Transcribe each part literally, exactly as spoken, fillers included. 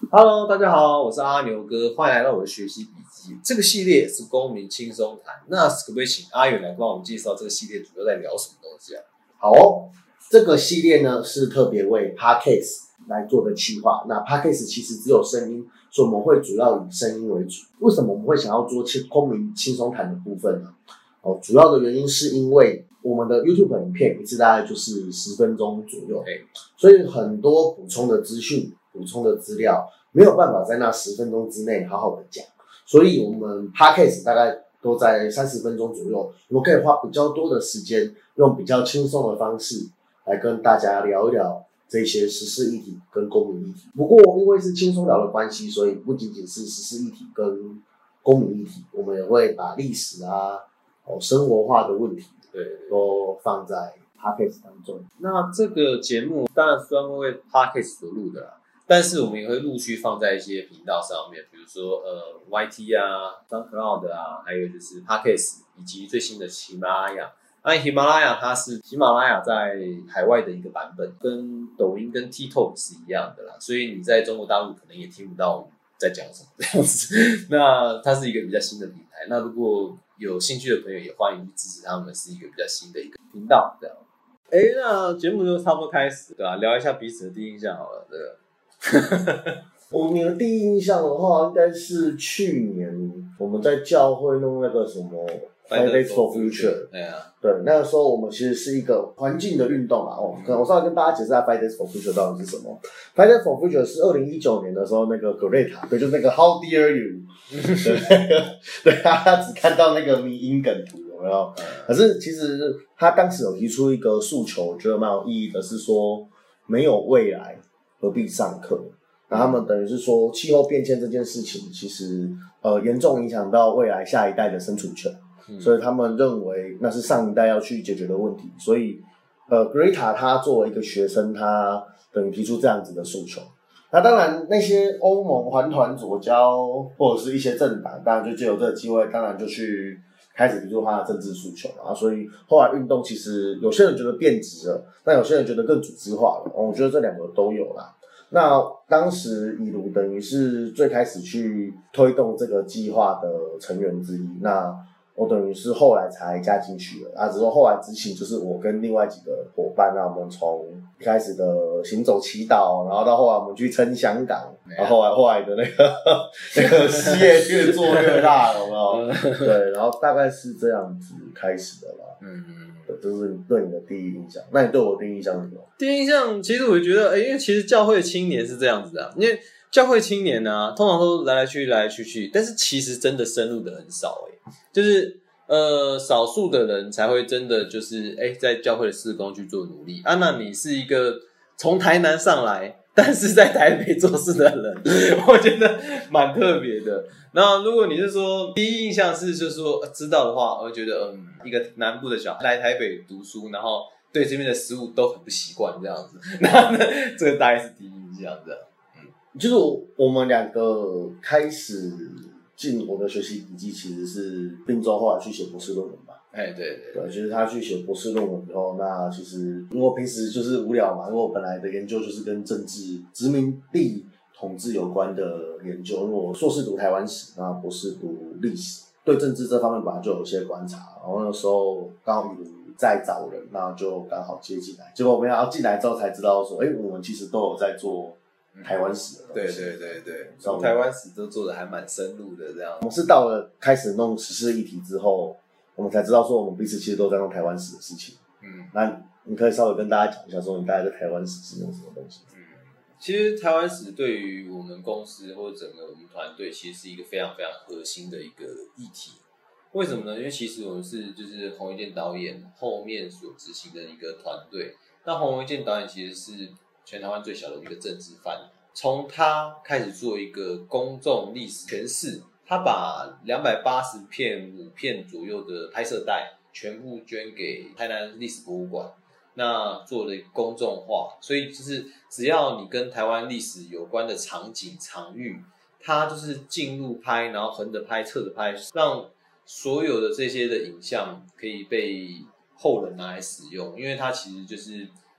Hello， 大家好，我是阿牛哥，欢迎来到我的学习笔记。这个系列是公民轻松谈，那可不可以请阿远来帮我们介绍这个系列主要在聊什么东西啊？ 好哦，这个系列呢是特别为 Podcast 来做的企划。那 Podcast 其实只有声音，所以我们会主要以声音为主。为什么我们会想要做公民轻松谈的部分呢？哦，主要的原因是因为我们的 YouTube 影片一次大概就是十分钟左右，所以很多补充的资讯、补充的资料没有办法在那十分钟之内好好的讲，所以我们 Podcast 大概都在三十分钟左右，我们可以花比较多的时间，用比较轻松的方式来跟大家聊一聊这些时事议题跟公民议题。不过因为是轻松聊的关系，所以不仅仅是时事议题跟公民议题，我们也会把历史啊、哦、生活化的问题对都放在 Podcast 当中。 那这个节目当然是专门为 Podcast 所录的啦，但是我们也会陆续放在一些频道上面，比如说呃 Y T 啊、SoundCloud 啊，还有就是 Podcast 以及最新的喜马拉雅。那喜马拉雅它是喜马拉雅在海外的一个版本，跟抖音跟 TikTok 是一样的啦，所以你在中国大陆可能也听不到我们在讲什么这样子。那它是一个比较新的平台，那如果有兴趣的朋友也欢迎去支持他们，是一个比较新的一个频道这样。哎，那节目就差不多开始，对吧、啊？聊一下彼此的第一印象好了，对吧？ 我们的第一印象的话，应该是去年我们在教会弄那个什么 Fridays for Future， 对啊， 对，那个时候我们其实是一个环境的运动啦。哦，可能我稍微跟大家解释一下 Fridays for Future 到底是什么。Fridays for Future 是二零一九年的时候，那个 Greta， 对，就是那个 How dare you， 对，对，他只看到那个迷因梗图。有没有？可是其实他当时有提出一个诉求，我觉得蛮有意义的，是说没有未来何必上课？那他们等于是说气候变迁这件事情，其实呃严重影响到未来下一代的生存权，嗯、所以他们认为那是上一代要去解决的问题。所以呃 Greta 他作为一个学生，他等于提出这样子的诉求。那当然，那些欧盟环团左交或者是一些政党，当然就借由这个机会，当然就去开始提出他的政治诉求啊，所以后来运动其实有些人觉得变质了，那有些人觉得更组织化了，我觉得这两个都有啦。那当时以卢等于是最开始去推动这个计划的成员之一，那我等于是后来才加进去的啊，只是说后来执行就是我跟另外几个伙伴，那我们从一开始的行走祈祷，然后到后来我们去撑香港，然后后来后来的那个那个事业越做越大，有没有？对，然后大概是这样子开始的啦。嗯嗯，对，这是对你的第一印象。那你对我的第一印象是什么？ 第一印象其实我觉得，欸、因为其实教会青年是这样子的、啊，因为教会青年啊，通常都来来去去来来去去，但是其实真的深入的很少、欸，就是呃少数的人才会真的就是哎、欸、在教会的事工去做努力啊。那你是一个从台南上来，但是在台北做事的人，我觉得蛮特别的。那如果你是说第一印象是就是说知道的话，我会觉得嗯，一个南部的小孩来台北读书，然后对这边的食物都很不习惯这样子，那这个大概是第一印象这样。 嗯，就是我们两个开始进我的学习笔记，其实是滨州后来去写博士论文嘛。 哎，对对对，就是他去写博士论文以后，那其实因为我平时就是无聊嘛，因为我本来的研究就是跟政治、殖民地统治有关的研究，因为我硕士读台湾史，那博士读历史，对政治这方面本来就有一些观察。然后那时候刚好在找人，那就刚好接进来。结果我们要进来之后才知道说，哎，我们其实都有在做台湾史的东西。 对对对对，从台湾史都做的还蛮深入的这样。 我们是到了开始弄时事议题之后，我们才知道说我们彼此其实都在弄台湾史的事情。嗯，那你可以稍微跟大家讲一下，说你大概在台湾史是弄什么东西？ 嗯，其实台湾史对于我们公司或者整个我们团队，其实是一个非常非常核心的一个议题。为什么呢？因为其实我们是就是洪一健导演后面所执行的一个团队。那洪一健导演其实是全台湾最小的一个政治犯，从他开始做一个公众历史诠释。他把两百八十片五片左右的拍摄带全部捐给台南历史博物馆，那做了公众化，所以就是只要你跟台湾历史有关的场景场域，它就是进入拍，然后横着拍侧着拍，让所有的这些的影像可以被后人拿来使用，因为它其实就是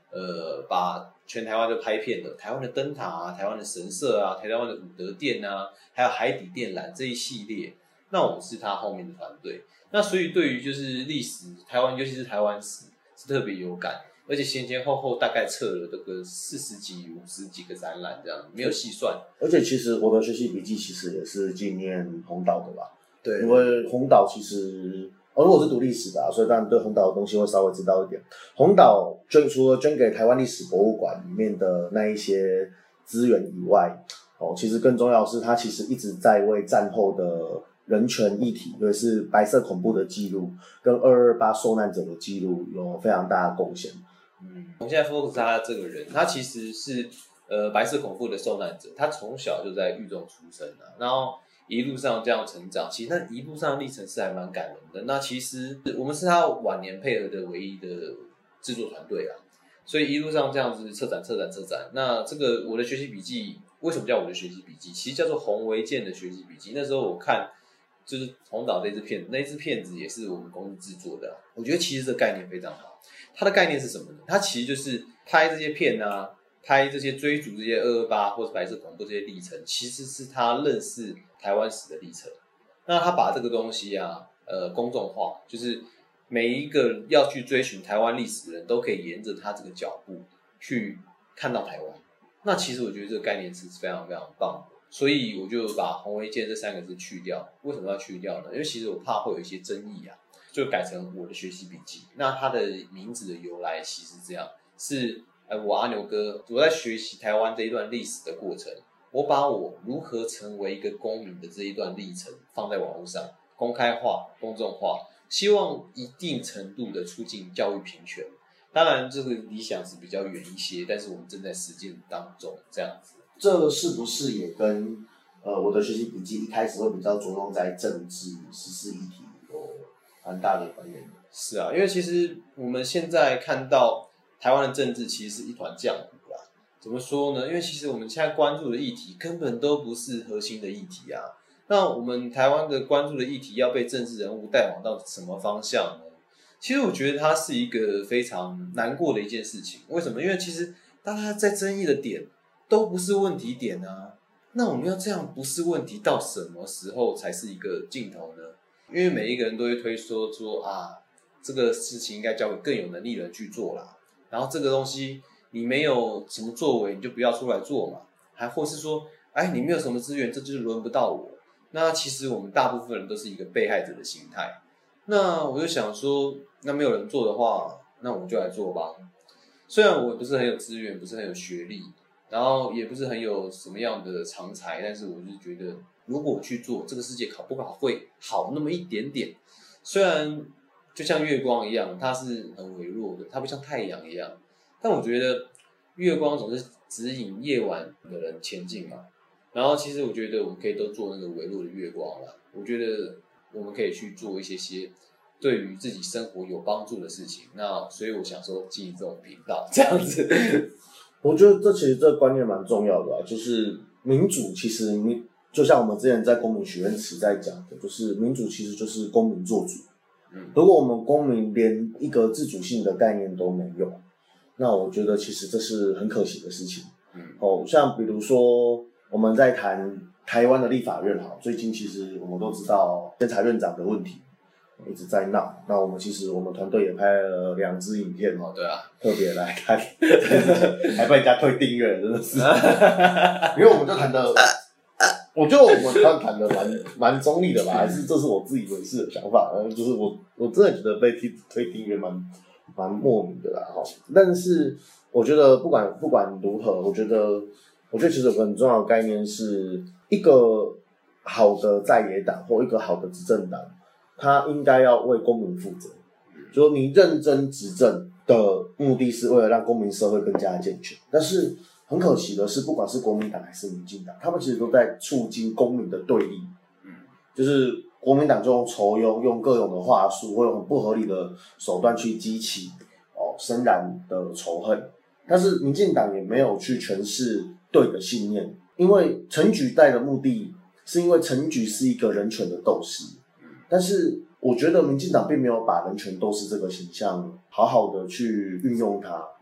呃把全台湾都拍片的，台湾的灯塔啊，台湾的神社啊，台湾的武德殿啊，还有海底电缆这一系列，那我们是他后面的团队。那所以对于就是历史，台湾尤其是台湾史是特别有感，而且前前后后大概测了这个四十几、五十几个展览这样，没有细算。 而且其实我的学习笔记其实也是纪念红岛的吧？ 对， 因为红岛其实。哦，因为我是读历史的、啊，所以当然对红岛的东西会稍微知道一点。红岛捐除了捐给台湾历史博物馆里面的那一些资源以外，哦，其实更重要的是，它其实一直在为战后的人权议题，尤其是白色恐怖的记录跟二二八受难者的记录有非常大的贡献。 嗯，我们现在 focus 他这个人，他其实是呃白色恐怖的受难者，他从小就在狱中出生啊，然后。一路上这样成长，其实那一路上的历程是还蛮感人的。那其实我们是他晚年配合的唯一的制作团队啊，所以一路上这样子策展、策展、策展。那这个我的学习笔记为什么叫我的学习笔记？其实叫做洪维健的学习笔记。那时候我看就是红岛这支片子，那支片子也是我们公司制作的、啊。我觉得其实这个概念非常好。它的概念是什么呢？它其实就是拍这些片啊。拍这些追逐这些二二八或者白色恐怖这些历程，其实是他认识台湾史的历程。那他把这个东西啊，呃，公众化，就是每一个要去追寻台湾历史的人都可以沿着他这个脚步去看到台湾。那其实我觉得这个概念是非常非常棒的，所以我就把洪维健这三个字去掉。为什么要去掉呢？因为其实我怕会有一些争议啊，就改成我的学习笔记。那它的名字的由来其实这样是。呃，我阿牛哥，我在学习台湾这一段历史的过程，我把我如何成为一个公民的这一段历程放在网络上公开化、公众化，希望一定程度的促进教育平权。当然，这个理想是比较远一些，但是我们正在实践当中，这样子。 这是不是也跟呃我的学习笔记一开始会比较着重在政治、时事议题有蛮大的关联？ 是啊，因为其实我们现在看到。台湾的政治其实是一团浆糊啦，怎么说呢？因为其实我们现在关注的议题根本都不是核心的议题啊。那我们台湾的关注的议题要被政治人物带往到什么方向呢？其实我觉得它是一个非常难过的一件事情。为什么？因为其实大家在争议的点都不是问题点啊。那我们要这样不是问题到什么时候才是一个尽头呢？因为每一个人都会推说说啊，这个事情应该交给更有能力的人去做啦。然后这个东西你没有什么作为，你就不要出来做嘛。还或是说，哎，你没有什么资源，这就是轮不到我。那其实我们大部分人都是一个被害者的心态。那我就想说，那没有人做的话，那我们就来做吧。虽然我不是很有资源，不是很有学历，然后也不是很有什么样的长才，但是我就觉得，如果我去做，这个世界好不好会好那么一点点。虽然就像月光一样，它是很微弱的，它不像太阳一样。但我觉得月光总是指引夜晚的人前进嘛。然后其实我觉得我们可以都做那个微弱的月光啦。我觉得我们可以去做一些些对于自己生活有帮助的事情。那所以我想说经营这种频道这样子。 我觉得这其实这个观念蛮重要的啊，就是民主其实你就像我们之前在公民学院时在讲的，就是民主其实就是公民做主。如果我们公民连一个自主性的概念都没有，那我觉得其实这是很可惜的事情。嗯，哦，像比如说我们在谈台湾的立法院，哈，最近其实我们都知道监察院长的问题一直在闹。那我们其实我们团队也拍了两支影片， 哦，对啊， 特别来看，还被人家退订阅，真的是，因为我们就谈的。我觉得我们刚谈的蛮蛮中立的吧，还是这是我自以为是的想法，就是我我真的觉得被推订阅蛮蛮莫名的啦哈。但是我觉得不管不管如何，我觉得我觉得其实有个很重要的概念是，一个好的在野党或一个好的执政党，他应该要为公民负责，就是你认真执政的目的是为了让公民社会更加健全，但是。很可惜的是，不管是国民党还是民进党，他们其实都在促进公民的对立。嗯，就是国民党就用仇庸，用各种的话术，或用很不合理的手段去激起哦深燃的仇恨。但是民进党也没有去诠释对的信念，因为陈菊带的目的是因为陈菊是一个人权的斗士。但是我觉得民进党并没有把人权斗士这个形象好好的去运用它。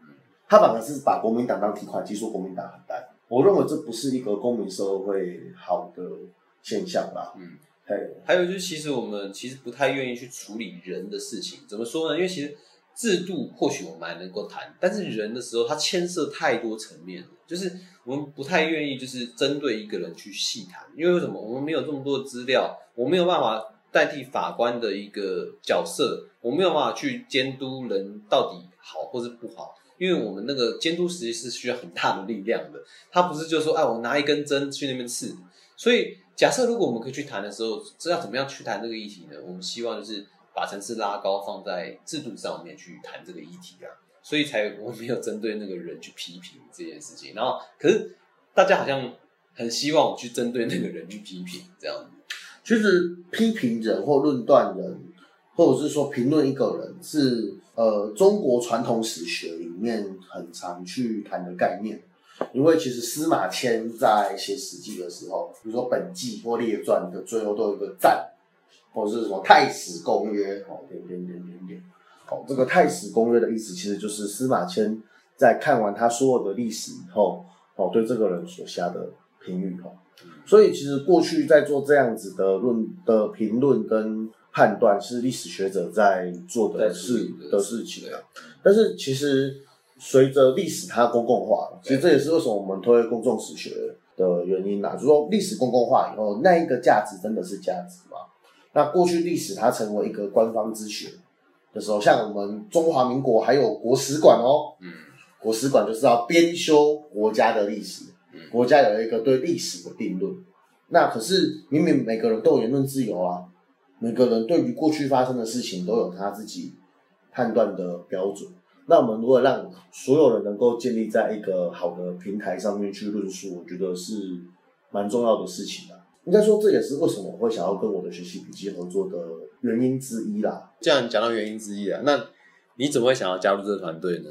他反而是把国民党当提款机，说国民党很烂。我认为这不是一个公民社会好的现象啦。 嗯， 对。 还有就是，其实我们其实不太愿意去处理人的事情。怎么说呢？因为其实制度或许我们还能够谈，但是人的时候，它牵涉太多层面了。就是我们不太愿意，就是针对一个人去细谈，因为为什么？我们没有这么多的资料，我没有办法代替法官的一个角色，我没有办法去监督人到底好或是不好。因为我们那个监督实际是需要很大的力量的，他不是就说，哎，我拿一根针去那边刺。所以，假设如果我们可以去谈的时候，这要怎么样去谈这个议题呢？我们希望就是把层次拉高，放在制度上面去谈这个议题啊。所以才我没有针对那个人去批评这件事情。然后，可是大家好像很希望我去针对那个人去批评这样子。 其实批评人或论断人，或者是说评论一个人是。呃，中国传统史学里面很常去谈的概念，因为其实司马迁在写史记的时候，比如说本纪或列传的最后都有一个赞，或者是什么太史公约，哦，点点点点点，哦，这个太史公约的意思其实就是司马迁在看完他所有的历史以后，哦，对这个人所下的评语，哦，所以其实过去在做这样子的论的评论跟判断是历史学者在做的事的事情啊，但是其实随着历史它公共化，其实这也是为什么我们推公众史学的原因啦。就是说历史公共化以后，那一个价值真的是价值吗？那过去历史它成为一个官方之学的时候，像我们中华民国还有国史馆哦，嗯，国史馆就是要编修国家的历史，国家有一个对历史的定论。那可是明明每个人都有言论自由啊。每个人对于过去发生的事情都有他自己判断的标准。那我们如果让所有人能够建立在一个好的平台上面去论述，我觉得是蛮重要的事情啦。应该说这也是为什么我会想要跟我的学习笔记合作的原因之一啦。 这样讲到原因之一啦，那你怎么会想要加入这个团队呢？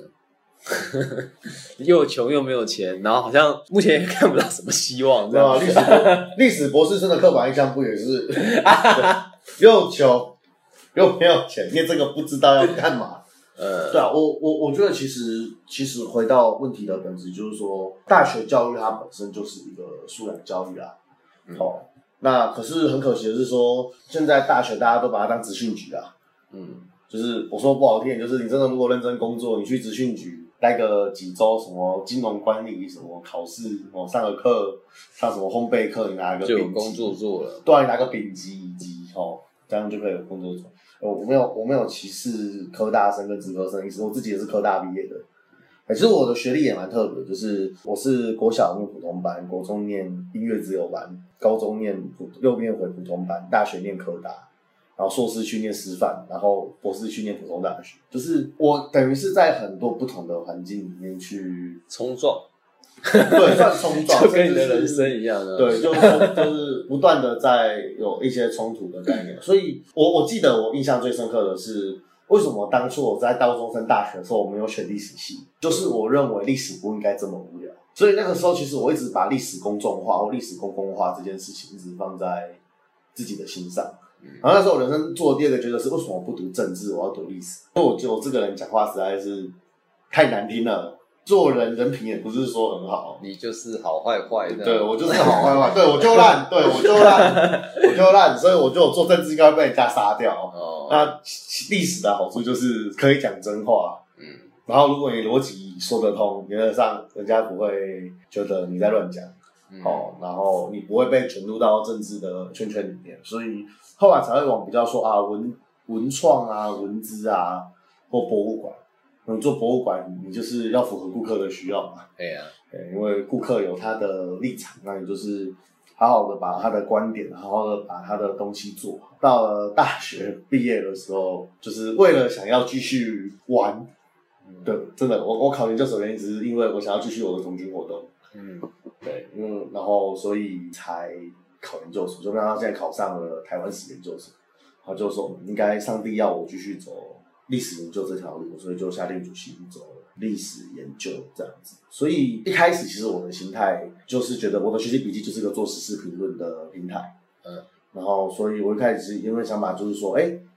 又穷又没有钱，然后好像目前也看不到什么希望。这样， 历史历史博士生的刻板印象不也是？又穷又没有钱，因为这个不知道要干嘛。呃，对啊，我我我觉得其实其实回到问题的本质，就是说大学教育它本身就是一个素养教育啦。嗯、哦，那可是很可惜的是说，现在大学大家都把它当职训局啦。嗯，就是我说不好听，就是你真的如果认真工作，你去职训局待个几周，什么金融管理，什么考试，什么上个课，上什么烘焙课，你拿个就有工作做了， 对啊，你拿个丙级乙级。哦，这样就可以有工作做。我没有，我没有歧视科大生跟职科生的意思，我自己也是科大毕业的。其实我的学历也蛮特别，就是我是国小念普通班，国中念音乐自由班，高中念普又念回普通班，大学念科大，然后硕士去念师范，然后博士去念普通大学。就是我等于是在很多不同的环境里面去冲撞。 对，算冲撞， 就跟你的人生一样的。 对，就是就是不断的在有一些冲突的概念。所以我我记得我印象最深刻的是，为什么当初我在高中升大学的时候我没有选历史系，就是我认为历史不应该这么无聊。所以那个时候其实我一直把历史公众化或历史公共化这件事情一直放在自己的心上。然后那时候我人生做的第二个抉择是，为什么我不读政治，我要读历史？因为我觉得我这个人讲话实在是太难听了。做人人品也不是说很好， 你就是好坏坏的。 对，我就是好坏坏，对我就烂，对我就烂，我就烂，所以我就做政治应该被人家杀掉。哦，那历史的好处就是可以讲真话，嗯，然后如果你逻辑说得通，原则上人家不会觉得你在乱讲，嗯，哦，然后你不会被卷入到政治的圈圈里面，所以后来才会往比较说啊文文创啊、文资啊或博物馆。你做博物馆，你就是要符合顾客的需要嘛。 对啊， 对，因为顾客有他的立场，那你就是好好的把他的观点，好好的把他的东西做好。到了大学毕业的时候，就是为了想要继续玩，对，真的，我我考研究所原因只是因为我想要继续我的童军活动。嗯，对，嗯，然后所以才考研究所，就让他现在考上了台湾史研究所。然后就说应该上帝要我继续走历史研究这条路，所以就下定决心走历史研究这样子。所以一开始其实我的心态就是觉得我的学习笔记就是个做时事评论的平台，嗯，然后所以我一开始因为想法就是说，哎，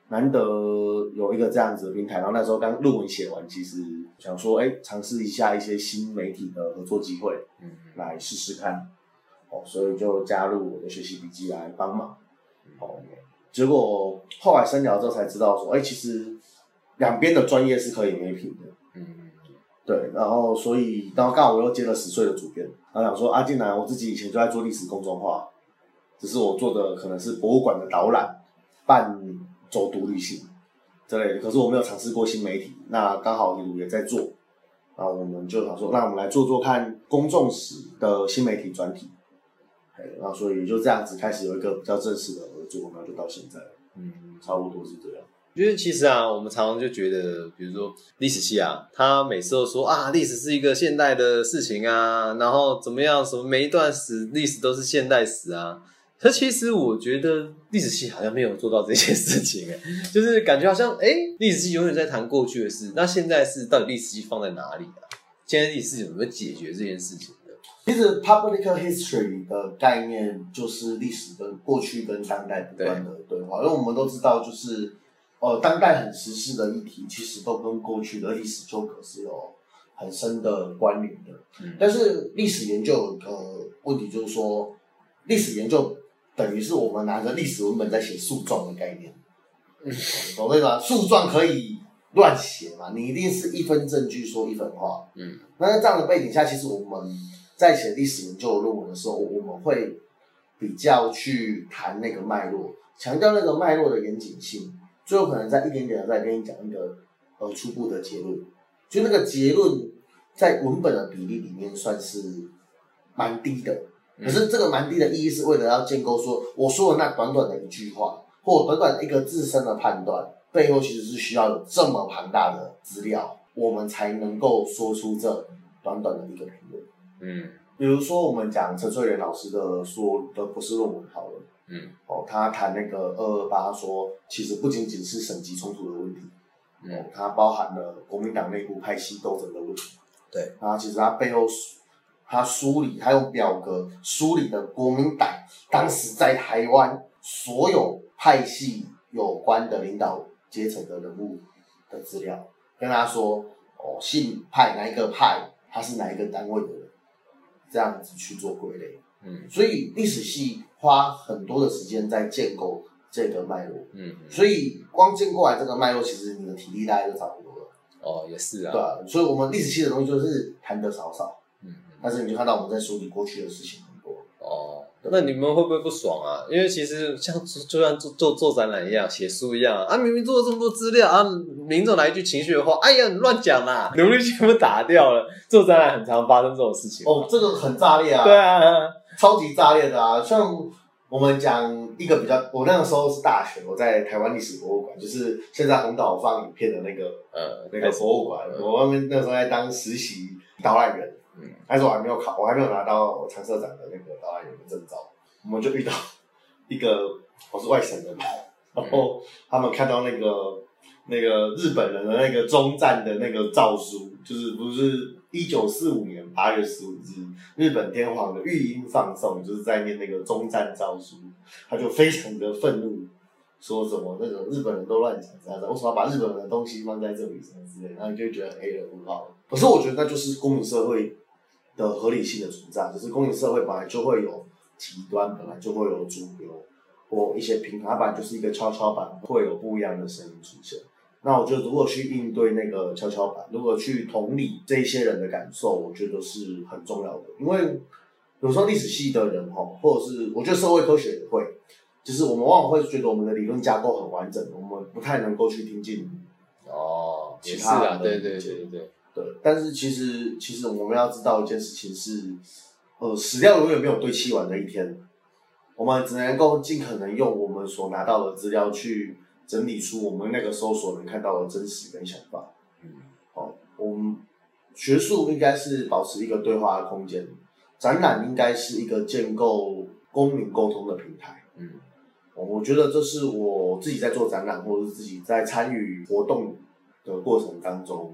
难得有一个这样子的平台，然后那时候刚论文写完，其实想说，哎，尝试一下一些新媒体的合作机会，嗯，来试试看，哦，所以就加入我的学习笔记来帮忙，哦，结果后来深聊之后才知道说，哎，其实两边的专业是可以没平的，嗯，对，然后所以，然后刚好我又接了十岁的主编，然后想说，啊，既然我自己以前就在做历史公众化，只是我做的可能是博物馆的导览，办走读旅行之类的，可是我没有尝试过新媒体，那刚好一路也在做，然后我们就想说，那我们来做做看公众史的新媒体专题，然后所以就这样子开始有一个比较正式的合作，然后就到现在，嗯，差不多是这样。 因为其实啊，我们常常就觉得，比如说历史系啊，他每次都说啊，历史是一个现代的事情啊，然后怎么样，什么每一段史历史都是现代史啊。可其实我觉得历史系好像没有做到这件事情，哎，就是感觉好像，哎，历史系永远在谈过去的事，那现在是到底历史系放在哪里啊？现在历史系怎么解决这件事情的？ 其实 public history 的概念就是历史跟过去跟当代不断的对话，因为我们都知道，就是呃，当代很时事的议题，其实都跟过去的历史纠葛是有很深的关联的。嗯、但是历史研究有一个问题，就是说，历史研究等于是我们拿着历史文本在写诉状的概念。嗯，懂对吧？诉状可以乱写嘛，你一定是一分证据说一分话。嗯，那在这样的背景下，其实我们在写历史研究的论文的时候，我们会比较去谈那个脉络，强调那个脉络的严谨性。最后可能再一点点的再跟你讲一个呃初步的结论，就那个结论在文本的比例里面算是蛮低的，可是这个蛮低的意义是为了要建构说我说的那短短的一句话或短短的一个自身的判断背后其实是需要有这么庞大的资料，我们才能够说出这短短的一个评论。嗯，比如说我们讲陈翠莲老师的说的博士论文好了。嗯，哦，他谈那个二二八，说其实不仅仅是省级冲突的问题，嗯，哦，它包含了国民党内部派系斗争的问题。对，然其实他背后，他梳理，他用表格梳理的国民党当时在台湾所有派系有关的领导阶层的人物的资料，跟他说，哦，姓派哪一个派，他是哪一个单位的人，这样子去做归类。嗯，所以历史系花很多的时间在建构这个脉络，嗯，所以光建构来这个脉络，其实你的体力大概就差不多了。 哦，也是啊。 对啊，所以我们历史系的东西就是谈得少少，嗯，但是你就看到我们在梳理过去的事情很多。 哦，那你们会不会不爽啊？因为其实像就像做做做展览一样，写书一样啊，明明做了这么多资料啊，民众来一句情绪的话，哎呀，你乱讲啦，努力全部打掉了。做展览很常发生这种事情。 哦，这个很炸裂啊。 对啊。 超级炸裂的啊！像我们讲一个比较，我那个时候是大学，我在台湾历史博物馆，就是现在红岛放影片的那个呃那个博物馆，嗯、我外面那时候在当实习导览员，嗯，那时候我还没有考，我还没有拿到常设展的那个导览员的证照，我们就遇到一个我是外省人，然后他们看到那个那个日本人的那个终战的那个诏书，就是不是。一九四五年八月十五日，日本天皇的御音放送，就是在念那个终战诏书，他就非常的愤怒，说什么那个日本人都乱讲啥的，为什么要把日本人的东西放在这里什么之类的，然后你就会觉得黑人问号。可是我觉得那就是公民社会的合理性的存在，就是公民社会本来就会有极端，本来就会有主流或一些平衡，它本来就是一个跷跷板，会有不一样的声音出现。那我觉得如果去应对那个跷跷板，如果去同理这一些人的感受，我觉得是很重要的。因为有时候历史系的人齁，或者是我觉得社会科学也会，就是我们往往会觉得我们的理论架构很完整，我们不太能够去听进哦其他人的意见。对对对对对。但是其实其实我们要知道一件事情是，呃，史料永远没有堆砌完的一天，我们只能够尽可能用我们所拿到的资料去整理出我们那个时候所能看到的真实跟想法。嗯，好，我们学术应该是保持一个对话的空间，展览应该是一个建构公民沟通的平台。嗯，我觉得这是我自己在做展览，或者是自己在参与活动的过程当中，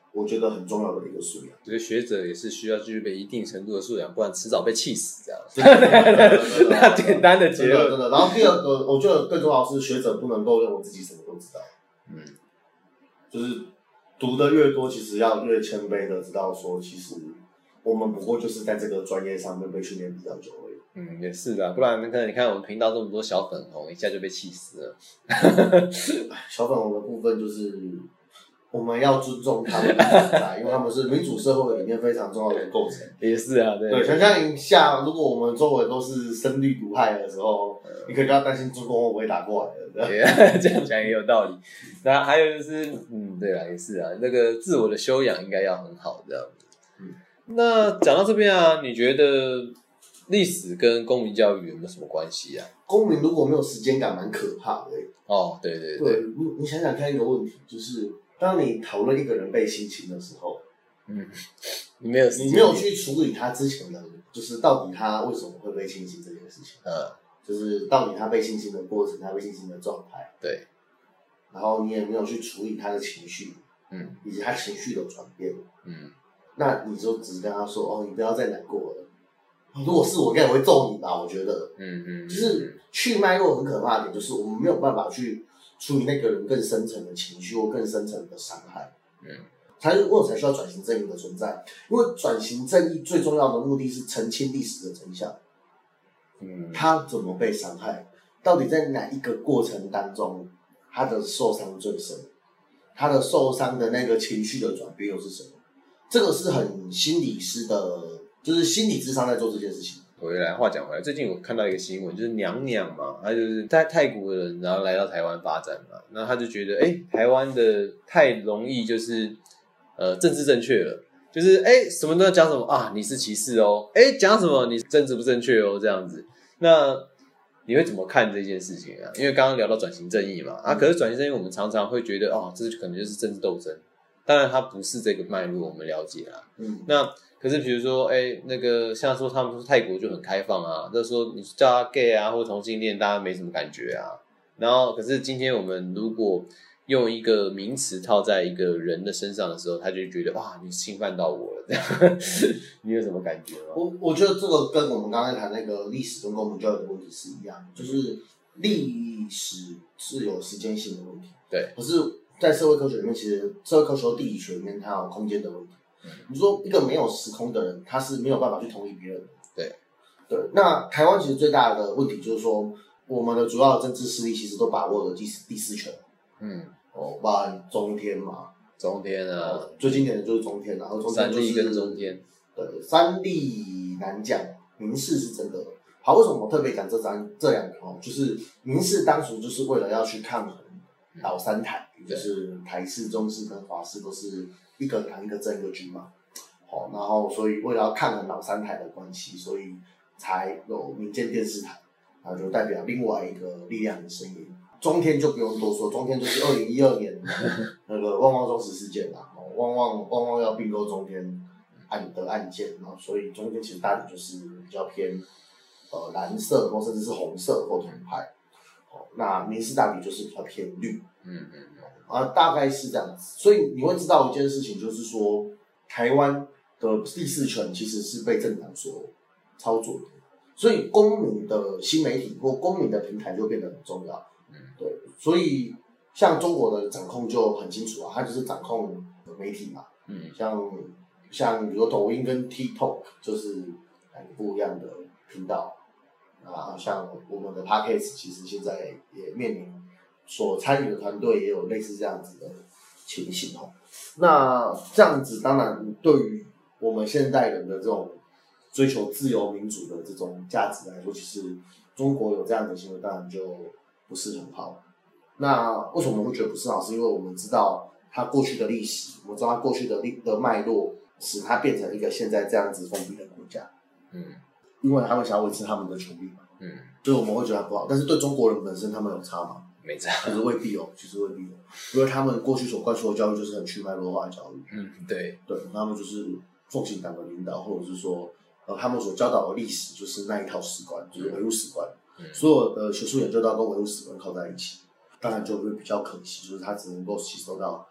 我觉得很重要的一个素养。 所以学者也是需要具备一定程度的素养，不然迟早被气死这样。 那简单的结论。 真的。然后第二个，我觉得更重要的是，学者不能够认为自己什么都知道。嗯，就是读的越多，其实要越谦卑的知道说，其实我们不过就是在这个专业上面被训练比较久而已。 嗯，也是的，不然可能你看我们频道这么多小粉红，一下就被气死了。 小粉红的部分就是我们要尊重他们的存在，因为他们是民主社会里面非常重要的构成。 也是啊，对。 对，想象一下，如果我们周围都是深绿独派的时候，嗯、你可能就要担心中共会不会打过来了。 这样讲也有道理。那还有就是，嗯，对啊，也是啊，那个自我的修养应该要很好，这样子。嗯，那讲到这边啊，你觉得历史跟公民教育有没有什么关系啊？ 公民如果没有时间感，蛮可怕的、欸。 哦，对对对, 对你，你想想看一个问题，就是当你讨论一个人被性侵的时候， 嗯，你没有你没有去处理他之前的，就是到底他为什么会被性侵这件事情， 嗯， 就是到底他被性侵的过程，他被性侵的状态， 对， 然后你也没有去处理他的情绪，嗯，以及他情绪的转变，嗯，那你就只是跟他说，哦，你不要再难过了。如果是我，应该也会揍你吧？我觉得，嗯嗯，就是去脉络很可怕的点，就是我们没有办法去处理那个人更深层的情绪或更深层的伤害，嗯，才为什么才需要转型正义的存在？因为转型正义最重要的目的是澄清历史的真相，嗯，他怎么被伤害，到底在哪一个过程当中，他的受伤最深，他的受伤的那个情绪的转变又是什么？这个是很心理师的。就是心理智商在做这件事情。 回来话讲回来，最近我看到一个新闻，就是娘娘嘛，她就是在泰国的人，然后来到台湾发展嘛，那她就觉得，哎、欸，台湾的太容易就是呃政治正确了，就是哎、欸、什么都要讲什么啊，你是歧视哦，哎、欸、讲什么你政治不正确哦这样子，那你会怎么看这件事情啊？因为刚刚聊到转型正义嘛，啊，可是转型正义我们常常会觉得哦，这可能就是政治斗争，当然它不是这个脉络，我们了解啦，嗯，那。可是比如说，哎、欸，那个像说他们说泰国就很开放啊，就是说你叫他 gay 啊或同性恋，大家没什么感觉啊。然后，可是今天我们如果用一个名词套在一个人的身上的时候，他就觉得哇，你侵犯到我了，这样，你有什么感觉吗？ 我我觉得这个跟我们刚才谈那个历史跟公民教育的问题是一样，就是历史是有时间性的问题， 对。 可是，在社会科学里面，其实社会科学和地理学里面，它有空间的问题。你说一个没有时空的人，他是没有办法去同意别人的。 对， 对。那台湾其实最大的问题就是说，我们的主要的政治势力其实都把握了第四第四权。嗯。哦，包含中天嘛。 中天啊。 哦、最经典的就是中天，然后中天就是三立跟中天。 对，三立难讲，民视是真的。好，为什么我特别讲这张这两个哦？就是民视当初就是为了要去抗衡老三台，嗯、就是台视、中视跟华视都是。一个党一个政一个军嘛，好，然后所以为了要抗衡老三台的关系，所以才有民间电视台，然后就代表另外一个力量的声音。中天就不用多说，中天就是二零一二年那个旺旺中时事件啦，旺旺旺旺要并购中天案的案件，然后所以中天其实大体就是比较偏呃蓝色或甚至是红色或统派，哦，那民视大体就是比较偏绿，嗯嗯。啊，大概是这样子，所以你会知道一件事情，就是说，台湾的第四权其实是被政党所操作的，所以公民的新媒体或公民的平台就变得很重要。嗯，对，所以像中国的掌控就很清楚啊，它就是掌控媒体嘛。嗯，像像比如说抖音跟 TikTok 就是两个不一样的频道啊，像我们的 Podcast 其实现在也面临。所参与的团队也有类似这样子的情形哦。那这样子当然对于我们现代人的这种追求自由民主的这种价值来说，其实中国有这样的行为当然就不是很好。那为什么我们会觉得不是好？是因为我们知道它过去的历史，我们知道它过去的历的脉络，使它变成一个现在这样子封闭的国家。嗯，因为他们想要维持他们的权利嘛。嗯，所以我们会觉得它不好。但是对中国人本身，他们有差吗？ 没差， 其实未必哦，其实未必哦，因为他们过去所灌输的教育就是很去脉络化的教育。 嗯，对， 对，他们就是奉行党的领导，或者是说，呃，他们所教导的历史就是那一套史观，就是唯物史观。嗯，所有的学术研究都要跟唯物史观靠在一起，当然就会比较可惜，就是他只能够吸收到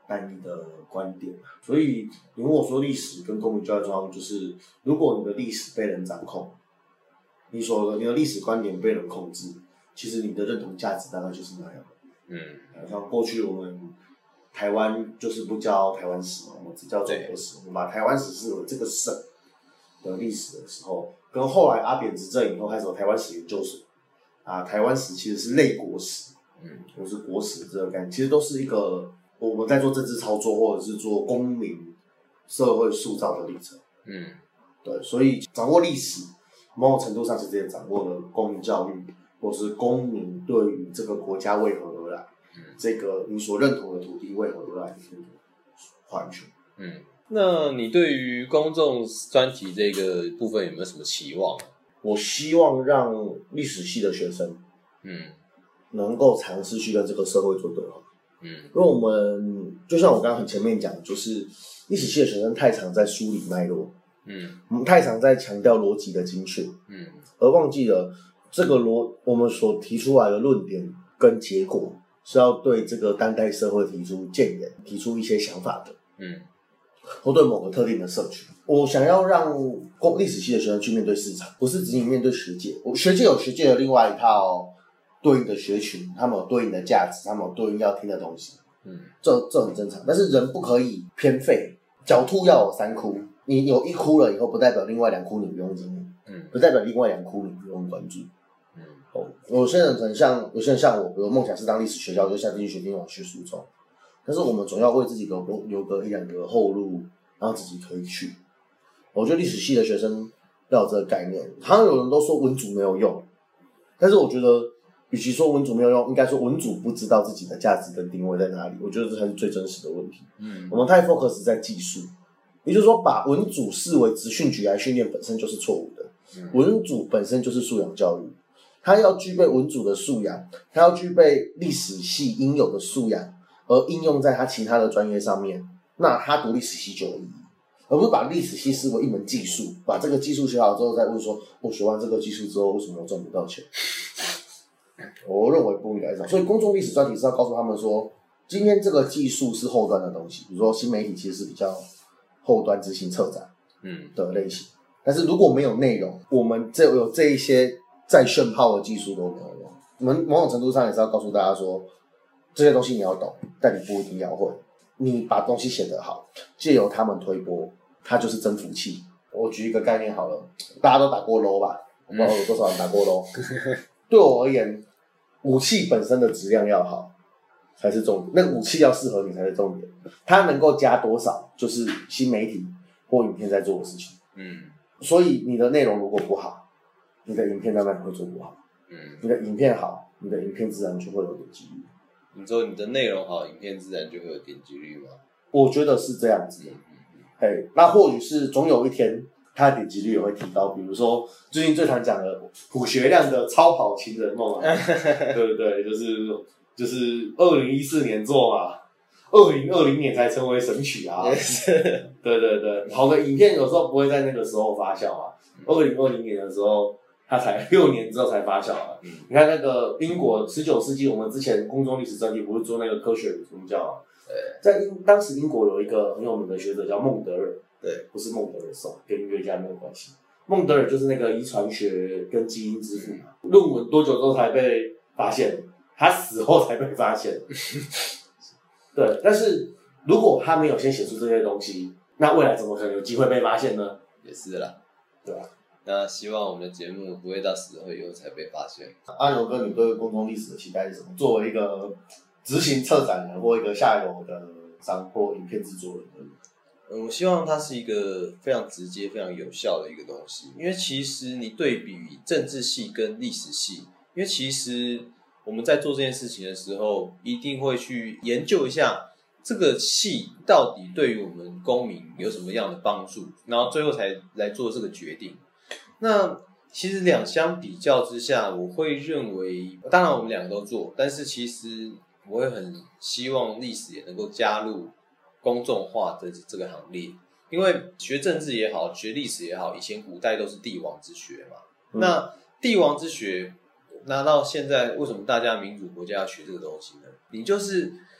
单一的观点。所以你问我说历史跟公民教育状况，就是如果你的历史被人掌控，你所你的历史观点被人控制，其实你的认同价值大概就是那样。 嗯， 像过去我们台湾就是不教台湾史嘛，我们只教中国史，我们把台湾史视为这个省的历史的时候，跟后来阿扁执政以后开始有台湾史研究所啊，台湾史其实是类国史，嗯，或是国史这个概念，其实都是一个我们在做政治操作或者是做公民社会塑造的历程。嗯，对，所以掌握历史，某种程度上是直接掌握了公民教育，或是公民对于这个国家为何而来，嗯，这个你所认同的土地为何而来的这个话语权。 嗯，那你对于公众专题这个部分有没有什么期望？ 我希望让历史系的学生，嗯，能够尝试去跟这个社会做对话。嗯，因为我们就像我刚刚很前面讲，就是历史系的学生太常在梳理脉络，嗯，我们太常在强调逻辑的精确，嗯，而忘记了这个逻我们所提出来的论点跟结果是要对这个当代社会提出建言，提出一些想法的，嗯，或对某个特定的社群。我想要让历史系的学生去面对市场，不是仅仅面对学界。我学界有学界的另外一套对应的学群，他们有对应的价值，他们有对应要听的东西，嗯，这这很正常。但是人不可以偏废，狡兔要有三窟。你有一窟了以后，不代表另外两窟你不用经历，嗯，不代表另外两窟你不用关注，嗯。哦，有些人可能像有些人像我，比如梦想是当历史学家，就下进去学丁往去输中，但是我们总要为自己留留个一两个后路，然后自己可以去。我觉得历史系的学生要有这个概念。好像有人都说文组没有用，但是我觉得，与其说文组没有用，应该说文组不知道自己的价值跟定位在哪里。我觉得这才是最真实的问题。嗯，我们太 focus 在技术，也就是说，把文组视为职训局来训练本身就是错误的。嗯，文组本身就是素养教育，它要具备文组的素养，它要具备历史系应有的素养，而应用在它其他的专业上面，那他读历史系就有意义。而不是把历史系视为一门技术，把这个技术学好之后再问说，我学完这个技术之后为什么我赚不到钱？我认为不应该这样。所以公众历史专题是要告诉他们说，今天这个技术是后端的东西，比如说新媒体其实是比较后端执行策展的类型，但是如果没有内容，我们这有这一些再炫炮的技术都没有用。我们某种程度上也是要告诉大家说，这些东西你要懂，但你不一定要会。你把东西写得好，借由他们推播，它就是增幅器。我举一个概念好了，大家都打过 L O 吧？我不知道有多少人打过 L O。对我而言，武器本身的质量要好才是重点，那个武器要适合你才是重点。它能够加多少，就是新媒体或影片在做的事情。嗯，所以你的内容如果不好，你的影片当然会做不好。嗯，你的影片好，你的影片自然就会有点击率。 你说你的内容好，影片自然就会有点击率吗？ 我觉得是这样子的。嘿，那或许是总有一天，它的点击率也会提高。比如说最近最常讲的朴学亮的《超跑情人梦》啊，对不对？就是就是二零一四年做嘛，二零二零年才成为神曲啊。对对对，好的影片有时候不会在那个时候发酵啊。二零二零年的时候。它才六年之后才发酵啊！嗯、你看那个英国十九世纪，我们之前公众历史专题不是做那个科学什么叫啊？对，在英当时英国有一个很有名的学者叫孟德尔，对，不是孟德尔颂，跟音乐家没有关系。孟德尔就是那个遗传学跟基因之父嘛。论文多久之后才被发现？他死后才被发现。对，但是如果他没有先写出这些东西，那未来怎么可能有机会被发现呢？ 也是啦， 对吧？ 那希望我们的节目不会到死后以后才被发现。 阿牛哥，你对公众历史的期待是什么？作为一个执行策展人或一个下游的商或影片制作人， 嗯，我希望它是一个非常直接、非常有效的一个东西。因为其实你对比政治系跟历史系，因为其实我们在做这件事情的时候，一定会去研究一下这个系到底对于我们公民有什么样的帮助，然后最后才来做这个决定。那其实两相比较之下，我会认为，当然我们两个都做，但是其实我会很希望历史也能够加入公众化的这个行列，因为学政治也好，学历史也好，以前古代都是帝王之学嘛。嗯、那帝王之学，那到现在为什么大家民主国家要学这个东西呢？你就是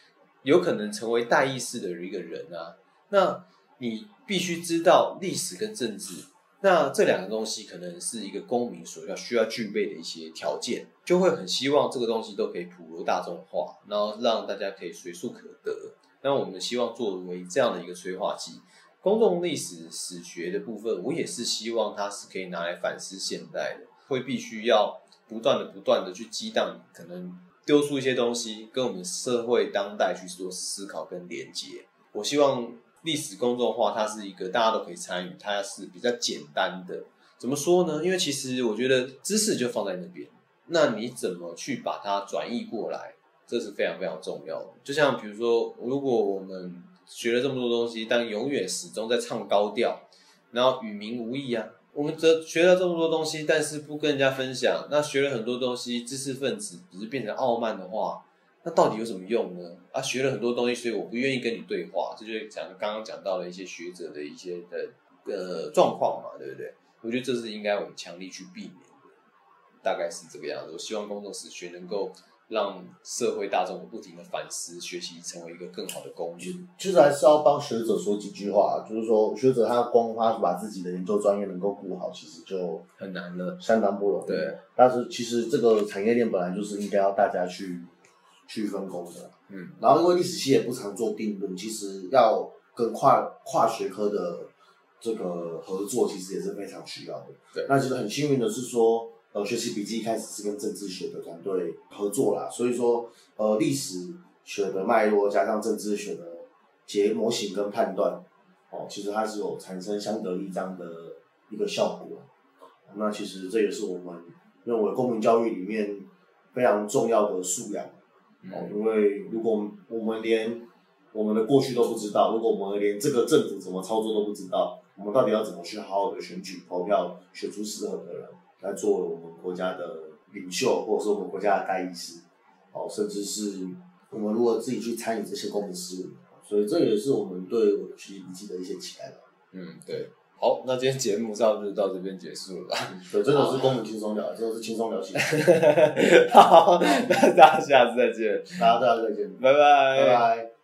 有可能成为代议士的一个人啊，那你必须知道历史跟政治，那这两个东西可能是一个公民所要需要具备的一些条件，就会很希望这个东西都可以普罗大众化，然后让大家可以随处可得。那我们希望作为这样的一个催化剂，公众历史史学的部分，我也是希望它是可以拿来反思现代的，会必须要不断的不断的去激荡，可能丢出一些东西跟我们社会当代去做思考跟连接。我希望历史公众化它是一个大家都可以参与，它是比较简单的。怎么说呢？因为其实我觉得知识就放在那边，那你怎么去把它转译过来，这是非常非常重要的。就像比如说，如果我们学了这么多东西，但永远始终在唱高调，然后与民无异啊。我们则学了这么多东西，但是不跟人家分享，那学了很多东西，知识分子只是变成傲慢的话，那到底有什么用呢？啊，学了很多东西，所以我不愿意跟你对话，这就是讲刚刚讲到的一些学者的一些的呃状况嘛，对不对？我觉得这是应该我们强力去避免的，大概是这个样子。我希望公众史学能够让社会大众不停的反思学习，成为一个更好的工具。 其实还是要帮学者说几句话，就是说学者他光他把自己的研究专业能够顾好，其实就很难了， 相当不容易。 对， 但是其实这个产业链本来就是应该要大家去去分工的。 嗯， 然后因为历史系也不常做定论，其实要跟跨跨学科的这个合作，其实也是非常需要的。 对， 那其实很幸运的是说。呃，学习笔记一开始是跟政治学的团队合作啦，所以说，呃，历史学的脉络加上政治学的结模型跟判断，哦，其实它是有产生相得益彰的一个效果。那其实这也是我们认为公民教育里面非常重要的素养。哦，因为如果我们连我们的过去都不知道，如果我们连这个政府怎么操作都不知道，我们到底要怎么去好好的选举投票，选出适合的人？来作为我们国家的领袖，或者是我们国家的代议士，哦，甚至是我们如果自己去参与这些公民事务，所以这也是我们对我的学习笔记的一些期待吧。 嗯，对。好，那今天节目差不多就到这边结束了。 对，真的是公民轻松聊，真的是轻松聊起来。 好，那大家下次再见。 大家大家再见， 拜拜， 拜拜。